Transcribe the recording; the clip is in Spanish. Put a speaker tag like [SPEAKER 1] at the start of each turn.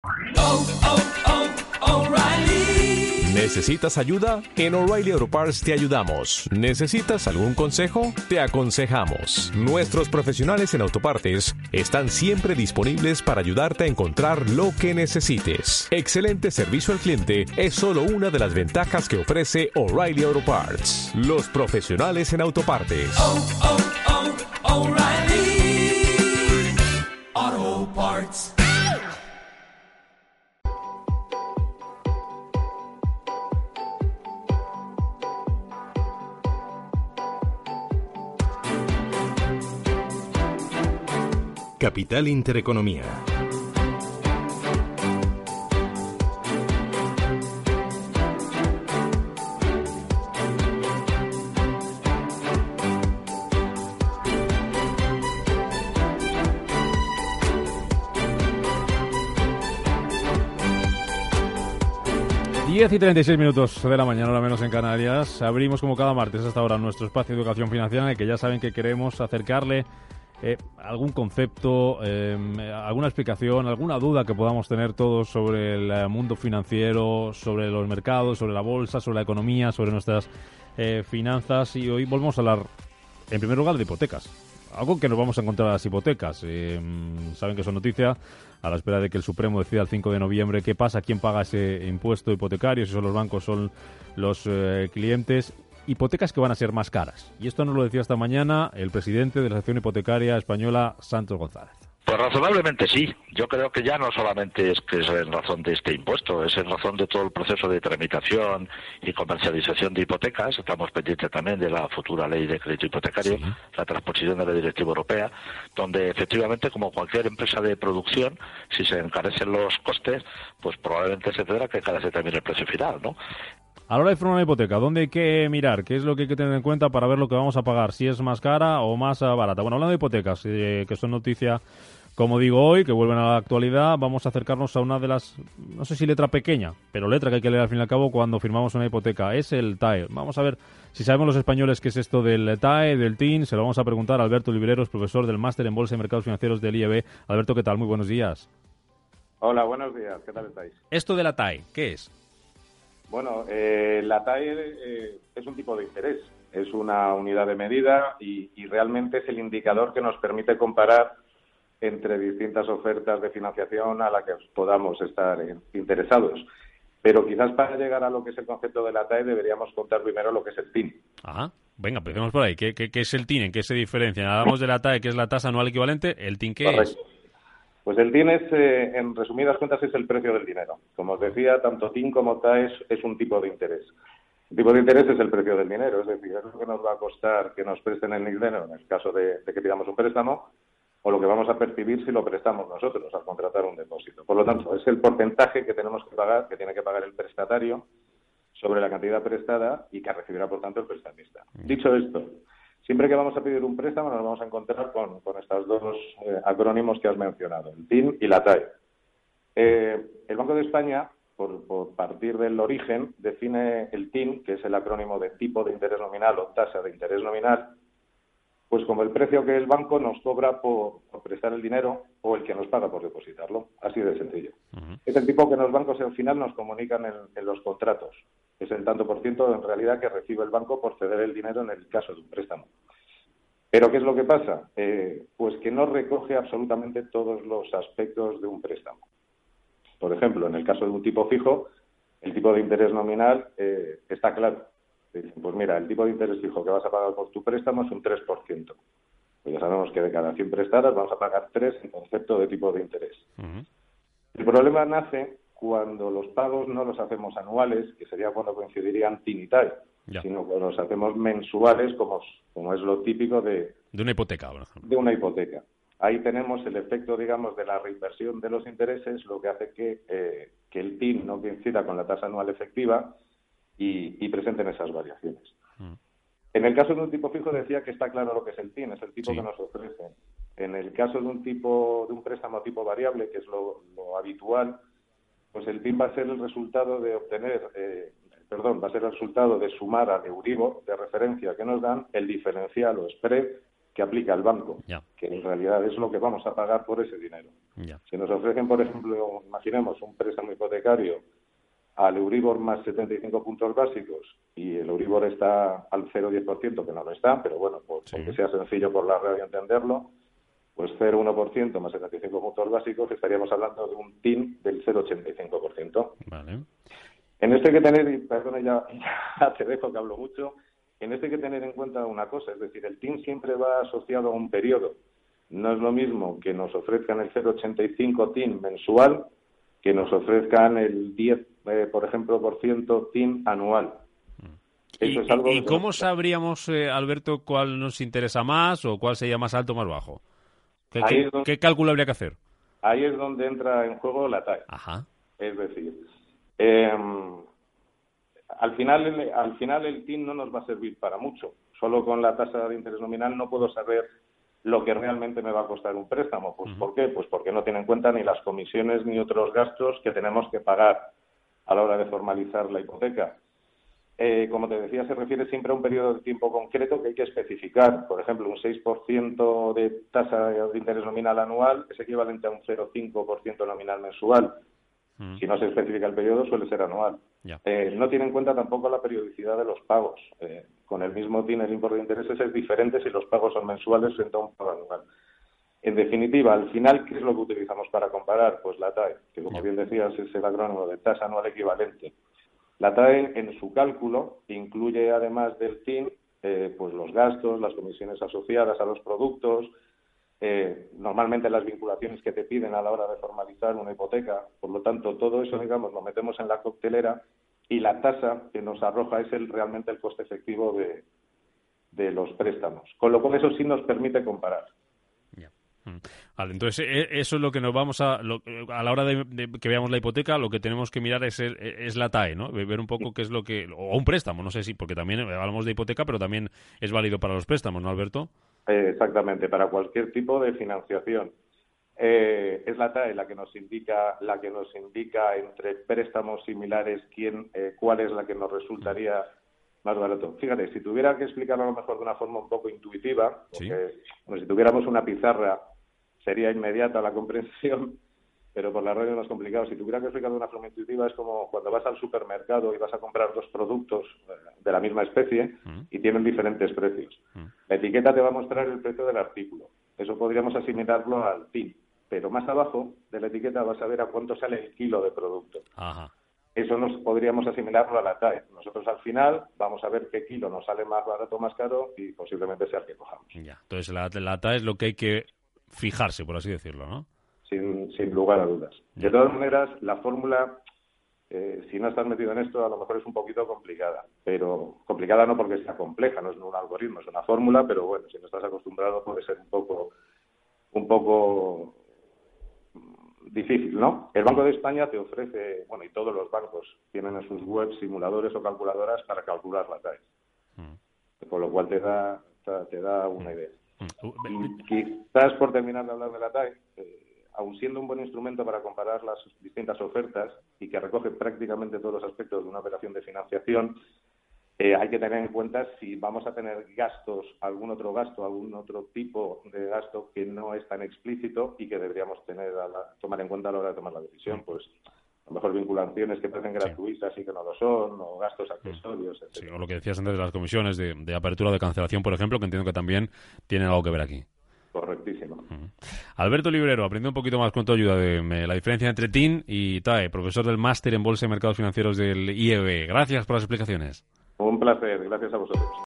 [SPEAKER 1] ¿Necesitas ayuda? En O'Reilly Auto Parts te ayudamos. ¿Necesitas algún consejo? Te aconsejamos. Nuestros profesionales en autopartes están siempre disponibles para ayudarte a encontrar lo que necesites. Excelente servicio al cliente es solo una de las ventajas que ofrece O'Reilly Auto Parts. Los profesionales en autopartes.
[SPEAKER 2] O'Reilly Auto Parts.
[SPEAKER 3] Capital Intereconomía.
[SPEAKER 4] Diez y 36 minutos de la mañana, hora menos en Canarias. Abrimos como cada martes hasta ahora nuestro espacio de educación financiera, en el que ya saben que queremos acercarle algún concepto, alguna explicación, alguna duda que podamos tener todos sobre el mundo financiero, sobre los mercados, sobre la bolsa, sobre la economía, sobre nuestras finanzas. Y hoy volvemos a hablar, en primer lugar, de hipotecas. Algo que nos vamos a encontrar a las hipotecas. Saben que son noticia a la espera de que el Supremo decida el 5 de noviembre qué pasa, quién paga ese impuesto hipotecario, si son los bancos, son los clientes. Hipotecas que van a ser más caras. Y esto nos lo decía esta mañana el presidente de la Asociación Hipotecaria Española, Santos González.
[SPEAKER 5] Pues razonablemente sí. Yo creo que ya no solamente es que es en razón de este impuesto, es en razón de todo el proceso de tramitación y comercialización de hipotecas. Estamos pendientes también de la futura ley de crédito hipotecario, la transposición de la directiva europea, donde efectivamente, como cualquier empresa de producción, si se encarecen los costes, pues probablemente se tendrá que encarecer también el precio final, ¿no?
[SPEAKER 4] A la hora de firmar una hipoteca, ¿dónde hay que mirar? ¿Qué es lo que hay que tener en cuenta para ver lo que vamos a pagar? Si es más cara o más barata. Bueno, hablando de hipotecas, que son noticia, como digo hoy, que vuelven a la actualidad, vamos a acercarnos a una de las, no sé si letra pequeña, pero letra que hay que leer al fin y al cabo cuando firmamos una hipoteca. Es el TAE. Vamos a ver si sabemos los españoles qué es esto del TAE, del TIN. Se lo vamos a preguntar a Alberto Oliveros, profesor del Máster en Bolsa y Mercados Financieros del IEB. Alberto, ¿qué tal? Muy buenos días.
[SPEAKER 6] Hola, buenos días. ¿Qué tal estáis?
[SPEAKER 4] Esto de la TAE, ¿qué es?
[SPEAKER 6] Bueno, la TAE es un tipo de interés, es una unidad de medida y realmente es el indicador que nos permite comparar entre distintas ofertas de financiación a las que podamos estar interesados. Pero quizás para llegar a lo que es el concepto de la TAE deberíamos contar primero lo que es el TIN.
[SPEAKER 4] Ah, venga, empecemos por ahí. ¿Qué es el TIN? ¿En qué se diferencia? Hablamos de la TAE, que es la tasa anual equivalente. ¿El TIN qué es?
[SPEAKER 6] Pues el TIN es, en resumidas cuentas, es el precio del dinero. Como os decía, tanto TIN como TAE es un tipo de interés. El tipo de interés es el precio del dinero, es decir, es lo que nos va a costar que nos presten el dinero en el caso de que pidamos un préstamo, o lo que vamos a percibir si lo prestamos nosotros al contratar un depósito. Por lo tanto, es el porcentaje que tenemos que pagar, que tiene que pagar el prestatario sobre la cantidad prestada y que recibirá, por tanto, el prestamista. Dicho esto, siempre que vamos a pedir un préstamo nos vamos a encontrar con estos dos acrónimos que has mencionado, el TIN y la TAE. El Banco de España, por partir del origen, define el TIN, que es el acrónimo de tipo de interés nominal o tasa de interés nominal, pues como el precio que el banco nos cobra por prestar el dinero o el que nos paga por depositarlo. Así de sencillo. Es el tipo que los bancos al final nos comunican en los contratos. Es el tanto por ciento en realidad que recibe el banco por ceder el dinero en el caso de un préstamo. ¿Pero qué es lo que pasa? Pues que no recoge absolutamente todos los aspectos de un préstamo. Por ejemplo, en el caso de un tipo fijo, el tipo de interés nominal está claro. Pues mira, el tipo de interés fijo que vas a pagar por tu préstamo es un 3%. Pues ya sabemos que de cada 100 prestadas vamos a pagar 3 en concepto de tipo de interés. El problema nace cuando los pagos no los hacemos anuales, que sería cuando coincidirían TIN y TAE, sino cuando los hacemos mensuales, como es lo típico de
[SPEAKER 4] una hipoteca, por ejemplo.
[SPEAKER 6] De una hipoteca. Ahí tenemos el efecto, digamos, de la reinversión de los intereses, lo que hace que el TIN no coincida con la tasa anual efectiva y presenten esas variaciones. En el caso de un tipo fijo decía que está claro lo que es el TIN, es el tipo que nos ofrecen. En el caso de un préstamo tipo variable, que es lo habitual, pues el TIN va a ser el resultado de va a ser el resultado de sumar al Euribor de referencia que nos dan el diferencial o spread que aplica el banco,
[SPEAKER 4] Ya.
[SPEAKER 6] que en realidad es lo que vamos a pagar por ese dinero.
[SPEAKER 4] Ya.
[SPEAKER 6] Si nos ofrecen, por ejemplo, imaginemos un préstamo hipotecario al Euribor más 75 puntos básicos y el Euribor está al 0,10%, que no lo está, pero bueno, porque sea sencillo por la radio entenderlo, pues 0,1% más 75 puntos básicos, estaríamos hablando de un TIN del 0,85%.
[SPEAKER 4] Vale.
[SPEAKER 6] En esto hay que tener, y perdona, ya te dejo que hablo mucho, en esto hay que tener en cuenta una cosa, es decir, el TIN siempre va asociado a un periodo. No es lo mismo que nos ofrezcan el 0,85 TIN mensual que nos ofrezcan el 10, por ejemplo, por ciento TIN anual. Eso es algo
[SPEAKER 4] ¿Y cómo sabríamos, Alberto, cuál nos interesa más o cuál sería más alto o más bajo? ¿Qué cálculo habría que hacer?
[SPEAKER 6] Ahí es donde entra en juego la TAE.
[SPEAKER 4] Ajá.
[SPEAKER 6] Es decir, al final el TIN no nos va a servir para mucho. Solo con la tasa de interés nominal no puedo saber lo que realmente me va a costar un préstamo. Pues, ¿por qué? Pues porque no tiene en cuenta ni las comisiones ni otros gastos que tenemos que pagar a la hora de formalizar la hipoteca. Como te decía, se refiere siempre a un periodo de tiempo concreto que hay que especificar. Por ejemplo, un 6% de tasa de interés nominal anual es equivalente a un 0,5% nominal mensual. Si no se especifica el periodo, suele ser anual. No tiene en cuenta tampoco la periodicidad de los pagos. Con el mismo TIN, el importe de intereses es diferente si los pagos son mensuales frente a un pago anual. En definitiva, al final, ¿qué es lo que utilizamos para comparar? Pues la TAE, que como bien decías es el acrónimo de tasa anual equivalente. La TAE, en su cálculo, incluye además del TIN pues los gastos, las comisiones asociadas a los productos, normalmente las vinculaciones que te piden a la hora de formalizar una hipoteca. Por lo tanto, todo eso, digamos, lo metemos en la coctelera y la tasa que nos arroja es realmente el coste efectivo de los préstamos. Con lo cual, eso sí nos permite comparar.
[SPEAKER 4] Vale, entonces eso es lo que nos vamos a la hora de que veamos la hipoteca, lo que tenemos que mirar es la TAE, ¿no? Ver un poco qué es lo que... O un préstamo, no sé si, porque también hablamos de hipoteca, pero también es válido para los préstamos, ¿no, Alberto?
[SPEAKER 6] Exactamente, para cualquier tipo de financiación. Es la TAE la que nos indica entre préstamos similares cuál es la que nos resultaría más barato. Fíjate, si tuviera que explicarlo a lo mejor de una forma un poco intuitiva, porque si tuviéramos una pizarra sería inmediata la comprensión, pero por la radio no es complicado. Si tuviera que explicarlo de una forma intuitiva, es como cuando vas al supermercado y vas a comprar dos productos de la misma especie y tienen diferentes precios. La etiqueta te va a mostrar el precio del artículo. Eso podríamos asimilarlo al TIN, pero más abajo de la etiqueta vas a ver a cuánto sale el kilo de producto.
[SPEAKER 4] Ajá.
[SPEAKER 6] Eso nos podríamos asimilarlo a la TAE. Nosotros al final vamos a ver qué kilo nos sale más barato o más caro y posiblemente sea el que cojamos.
[SPEAKER 4] Ya. Entonces la TAE es lo que hay que fijarse, por así decirlo, ¿no?
[SPEAKER 6] Sin lugar a dudas. De todas maneras, la fórmula, si no estás metido en esto, a lo mejor es un poquito complicada. Pero complicada no porque sea compleja, no es un algoritmo, es una fórmula, pero bueno, si no estás acostumbrado puede ser un poco difícil, ¿no? El Banco de España te ofrece, bueno, y todos los bancos tienen en sus webs simuladores o calculadoras para calcular la TAE. Por lo cual te da una idea. Y quizás por terminar de hablar de la TAE, aun siendo un buen instrumento para comparar las distintas ofertas y que recoge prácticamente todos los aspectos de una operación de financiación, hay que tener en cuenta si vamos a tener gastos, algún otro tipo de gasto que no es tan explícito y que deberíamos tomar en cuenta a la hora de tomar la decisión. Pues a lo mejor vinculaciones que parecen gratuitas y que no lo son, o gastos accesorios, etc.
[SPEAKER 4] Sí, o lo que decías antes de las comisiones de apertura o de cancelación, por ejemplo, que entiendo que también tienen algo que ver aquí.
[SPEAKER 6] Correctísimo.
[SPEAKER 4] Alberto Librero, aprende un poquito más con tu ayuda de la diferencia entre TIN y TAE, profesor del Máster en Bolsa y Mercados Financieros del IEB. Gracias por las explicaciones.
[SPEAKER 6] Un placer, gracias a vosotros.